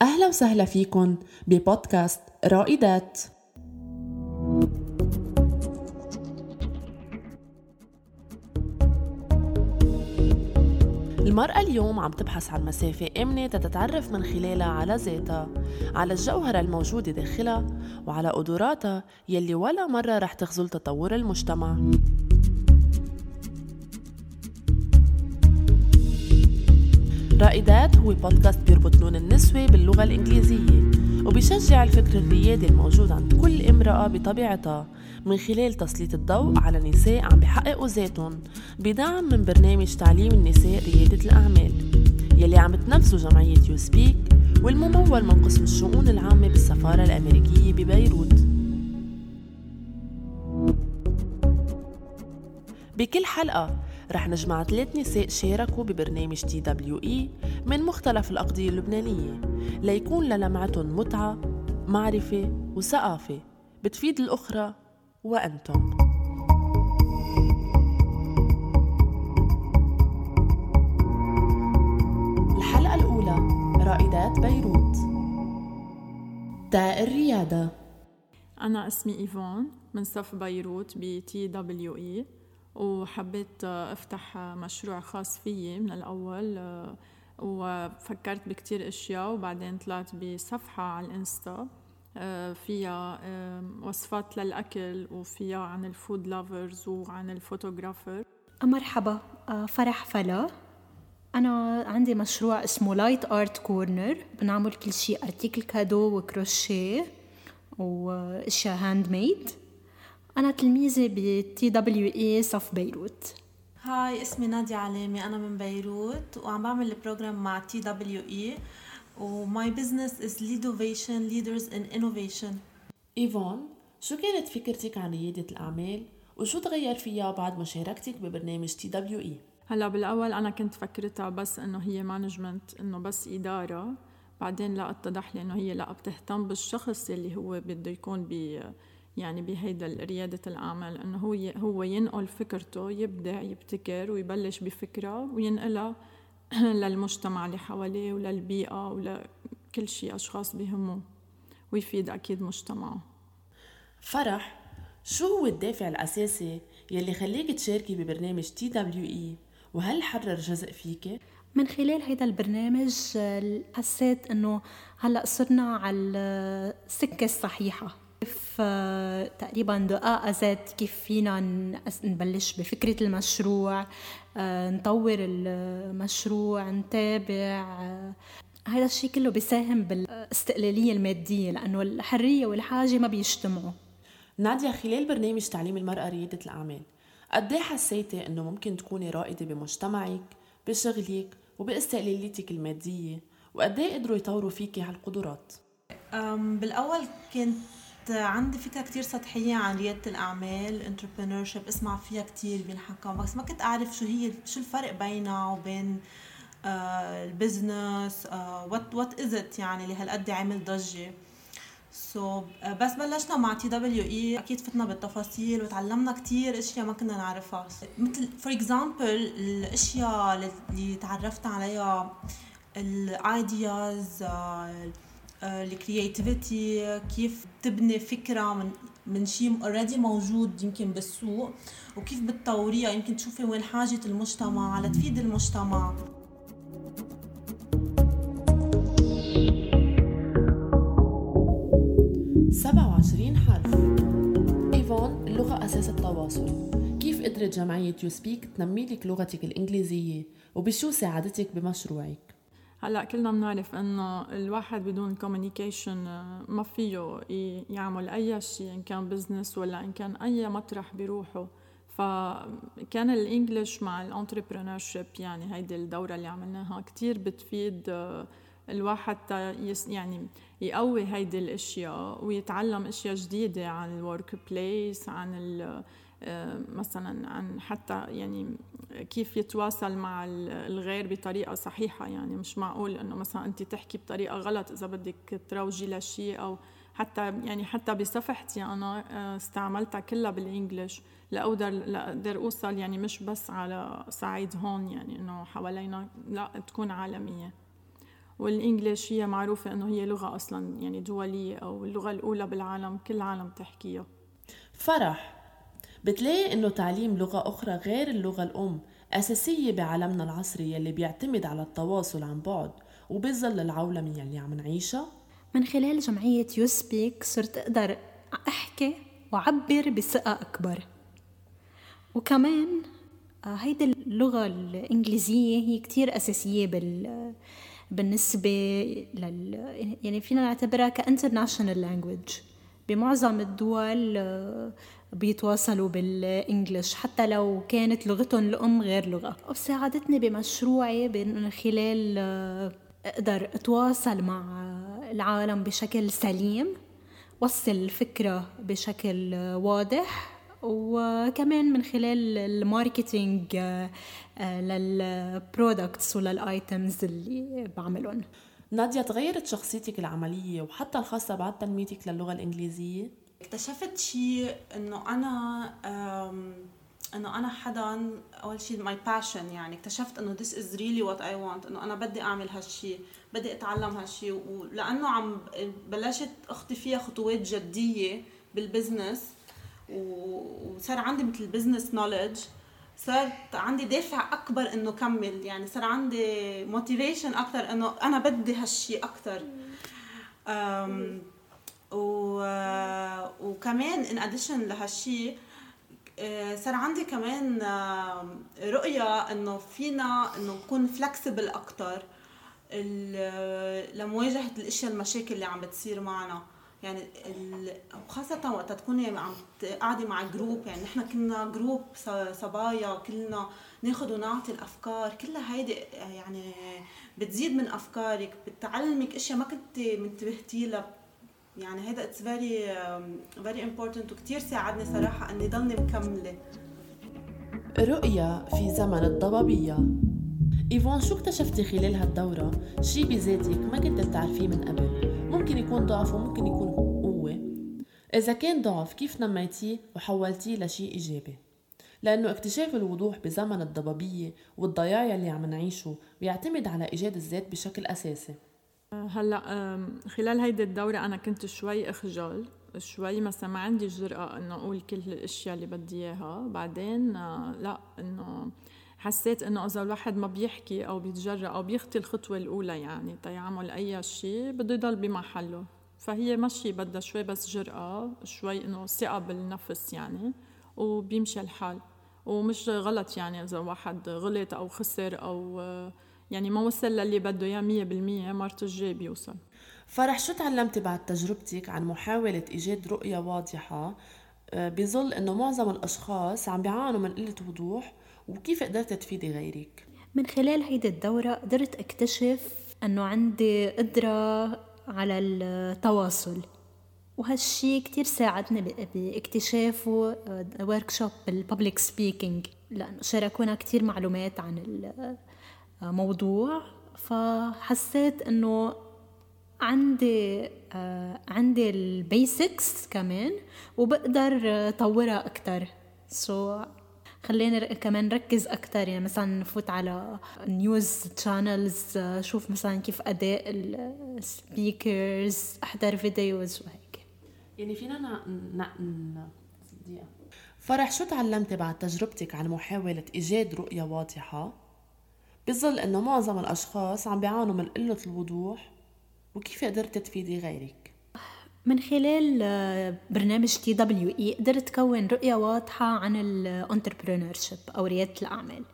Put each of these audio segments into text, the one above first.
أهلا وسهلا فيكن ببودكاست رائدات. المرأة اليوم عم تبحث عن مسافة آمنة تتعرف من خلالها على ذاتها، على الجوهرة الموجودة داخلها، وعلى قدراتها يلي ولا مرة رح تخذل تطور المجتمع. رائدات هو بودكاست بيربط لون النسوة باللغة الإنجليزية، وبيشجع الفكر الريادي الموجود عند كل امرأة بطبيعتها من خلال تسليط الضوء على نساء عم بيحققوا ذاتهم بدعم من برنامج تعليم النساء ريادة الأعمال يلي عم تنفذه جمعية يو سبيك والممول من قسم الشؤون العامة بالسفارة الأمريكية ببيروت. بكل حلقة رح نجمع 3 نساء شاركوا ببرنامج TWE من مختلف الأقضية اللبنانية ليكون للمعتهم متعة، معرفة وثقافة بتفيد الأخرى وأنتم. الحلقة الأولى، رائدات بيروت. تاء الريادة. أنا اسمي إيفون من صف بيروت ب TWE، وحبيت أفتح مشروع خاص فيي من الأول، وفكرت بكتير أشياء، وبعدين طلعت بصفحة على الإنستا فيها وصفات للأكل وفيها عن الفود لافرز وعن الفوتوغرافر. مرحبا، فرح فلا. أنا عندي مشروع اسمه لايت آرت كورنر، بنعمل كل شيء أرتيكل كادو وكروشيه وأشياء هاند ميد. أنا تلميذة ب TWE صف بيروت. هاي، اسمي نادية علامي، أنا من بيروت وعم بعمل البروجرام مع TWE، وماي بزنس is Leadovation Leaders in Innovation. إيفون، شو كانت فكرتك عن ريادة الأعمال وشو تغير فيها بعد مشاركتك ببرنامج TWE؟ هلا بالأول أنا كنت فكرتها بس إنه هي مانجمنت، إنه بس إدارة. بعدين لا، اتضح لي إنه هي لا بتهتم بالشخص اللي هو بده يكون يعني بهيدا ريادة الأعمال، إنه هو ينقل فكرته، يبدع، يبتكر ويبلش بفكرة وينقلها للمجتمع اللي حواليه وللبيئة ولكل شيء أشخاص بيهمه، ويفيد أكيد مجتمعه. فرح، شو هو الدافع الأساسي يلي خليك تشاركي ببرنامج TWE، وهل حرر جزء فيك؟ من خلال هيدا البرنامج حسيت إنه هلأ صرنا على السكة الصحيحة، كيف تقريباً دقاء أزاد كيف فينا نبلش بفكرة المشروع، نطور المشروع، نتابع. هذا الشيء كله بيساهم بالاستقلالية المادية، لأنه الحرية والحاجة ما بيجتمعوا. نادية، خلال برنامج تعليم المرأة ريادة الأعمال، قديه حسيتي إنه ممكن تكوني رائدة بمجتمعك، بشغلك وباستقلاليتك المادية، وقديه قدروا يطوروا فيكي هالقدرات؟ بالأول كنت عندي فكرة كتير سطحية عن ريادة الأعمال، entrepreneurship، اسمع فيها كتير بينحكى، بس ما كنت أعرف شو الفرق بينها وبين البزنس، what is it يعني اللي هالقد عامل ضجة. بس بلشنا مع TWE أكيد فتنا بالتفاصيل وتعلمنا كتير أشياء ما كنا نعرفها، مثل for example الأشياء اللي تعرفت عليها، الايدياز، الكرياتيفيتي، كيف تبني فكرة من شيء already موجود يمكن بالسوق، وكيف بتطوريها، يمكن تشوفي وين حاجة المجتمع لتفيد المجتمع. سبعة 27 حرف. إيفون، اللغة أساس التواصل، كيف قدرت جمعية يو سبيك تنمي لك لغتك الإنجليزية وبشو ساعدتك بمشروعك؟ هلا كلنا بنعرف انه الواحد بدون كوميونيكيشن ما فيه يعمل اي شيء، ان كان بزنس ولا ان كان اي مطرح بيروحه. فكان الانجليش مع الانتربرينورشيب، يعني هيدي الدورة اللي عملناها كتير بتفيد الواحد يعني يقوي هيدي الاشياء ويتعلم اشياء جديدة عن الورك بليس، عن مثلا عن حتى يعني كيف يتواصل مع الغير بطريقة صحيحة. يعني مش معقول انه مثلا انت تحكي بطريقة غلط اذا بدك تروجي لشيء، او حتى بصفحتي انا استعملتها كلها بالانجليش لأقدر اوصل، يعني مش بس على صعيد هون، يعني انه حوالينا، لا تكون عالمية. والإنجليش هي معروفة أنه هي لغة أصلاً يعني دولية أو اللغة الأولى بالعالم، كل العالم تحكيها. فرح، بتلاقي إنه تعليم لغة أخرى غير اللغة الأم أساسية بعالمنا العصري يلي بيعتمد على التواصل عن بعد وبظل العولمة يلي عم نعيشها؟ من خلال جمعية يوسبيك صرت أقدر أحكي وأعبر بثقة أكبر. وكمان هيدا اللغة الإنجليزية هي كتير أساسية بالنسبة يعني فينا نعتبرها كإنترناشنال لانجويج. بمعظم الدول بيتواصلوا بالإنجليش حتى لو كانت لغتهم الأم غير لغة. وساعدتني بمشروعي من خلال أقدر أتواصل مع العالم بشكل سليم، وصل الفكرة بشكل واضح، وكمان من خلال الماركتينج للبرودكتس وللآيتمز اللي بعملهم. نادية، تغيرت شخصيتك العملية وحتى الخاصة بعد تنميتك للغة الإنجليزية؟ اكتشفت شيء انه انا حدا، اول شيء my passion، يعني اكتشفت انه this is really what I want، انه انا بدي اعمل هالشيء، بدي اتعلم هالشيء. ولانه عم بلشت اخطي فيها خطوات جدية بالبزنس وصار عندي مثل business knowledge، صارت عندي دافع اكبر انه كمل، يعني صار عندي motivation اكتر انه انا بدي هالشيء اكتر. وكمان in addition لهالشيء صار عندي كمان رؤية انه فينا انه نكون flexible اكتر لمواجهة الاشياء المشاكل اللي عم بتصير معنا، يعني خاصة وقت تكوني عم قاعدة مع جروب، يعني نحن كنا جروب صبايا كلنا ناخد ونعطي الافكار كلها، هيدي يعني بتزيد من افكارك، بتعلمك اشياء ما كنت منتبهتي لها، يعني هذا it's very important وكتير ساعدني صراحة أني ضلني مكملة. رؤية في زمن الضبابية. إيفون، شو اكتشفتي خلال هالدورة شي بذاتك ما كنت تعرفيه من قبل؟ ممكن يكون ضعف وممكن يكون قوة. إذا كان ضعف كيف نميتيه وحولتيه لشي إيجابي؟ لأنه اكتشاف الوضوح بزمن الضبابية والضياع اللي عم نعيشه بيعتمد على إيجاد الذات بشكل أساسي. هلأ خلال هيدي الدورة أنا كنت شوي أخجل، شوي مثلا ما عندي جرأة إنه أقول كل الأشياء اللي بدي إياها. بعدين لا، إنه حسيت إنه إذا الواحد ما بيحكي أو بيتجرأ أو بيخطي الخطوة الأولى يعني تيعمل أي شيء بده يضل بمحله. فهي مشي بدها شوي بس جرأة، شوي إنه ثقة بالنفس يعني، وبيمشي الحال. ومش غلط يعني إذا واحد غلط أو خسر أو يعني ما وصل للي بده اياه 100%، مرة الجاي بيوصل. فرح، شو تعلمتي بعد تجربتك عن محاولة إيجاد رؤية واضحة بظل إنه معظم الأشخاص عم بيعانوا من قلة وضوح، وكيف قدرت تفيدي غيرك؟ من خلال هيدي الدورة قدرت أكتشف أنه عندي قدرة على التواصل، وهالشي كتير ساعدني باكتشافه وركشوب بالبابليك سبيكينج، لأنه شاركونا كتير معلومات عن موضوع، فحسيت انه عندي البيسكس كمان وبقدر طورها اكتر. خلينا كمان نركز اكتر، يعني مثلا نفوت على نيوز تشانلز، شوف مثلا كيف اداء السبيكرز، احضر فيديوز وهيك. يعني فينا فرح، شو تعلمتي بعد تجربتك عن محاولة إيجاد رؤية واضحة بظل إنه معظم الأشخاص عم بيعانوا من قلة الوضوح، وكيف قدرت تفيدي غيرك؟ من خلال برنامج TWE قدرت كون رؤية واضحة عن الانتربرينورشيب أو ريادة الأعمال.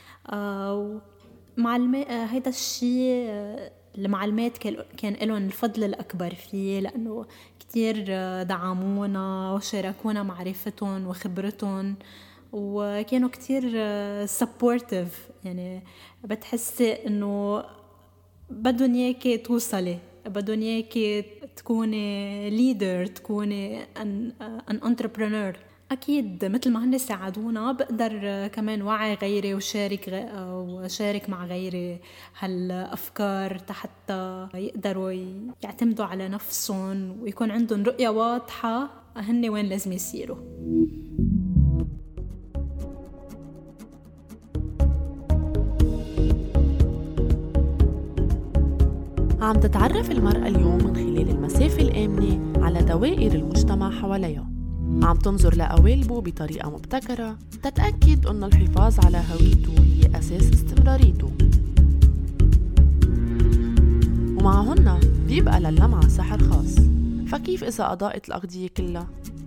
هيدا الشيء المعلمات كان لهم الفضل الأكبر فيه، لأنه كتير دعمونا وشاركونا معرفتهم وخبرتهم، وكانوا كتير سبورتيف. يعني بتحسي انه بدهم اياكي توصلي، بدهم اياكي تكوني ليدر، تكوني ان انتربرينور. اكيد مثل ما هن ساعدونا بقدر كمان وعي غيري وشارك مع غيري هالافكار حتى يقدروا يعتمدوا على نفسهم ويكون عندهم رؤية واضحة هن وين لازم يسيروا. عم تتعرف المرأة اليوم من خلال المسافة الآمنة على دوائر المجتمع حواليها. عم تنظر لقوالبه بطريقة مبتكرة تتأكد أن الحفاظ على هويته هي أساس استمراريته. ومعهن بيبقى للمعة سحر خاص، فكيف إذا أضاءت الأغذية كلها؟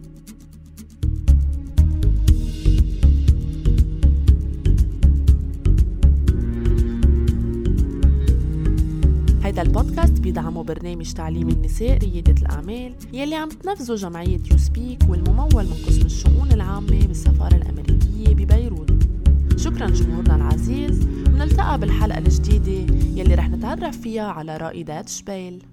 هيدا البودكاست بيدعمه برنامج تعليم النساء ريادة الأعمال يلي عم تنفذه جمعية يوسبيك والممول من قسم الشؤون العامة بالسفارة الأمريكية ببيروت. شكرا جمهورنا العزيز، ونلتقى بالحلقة الجديدة يلي رح نتعرف فيها على رائدات شبيل.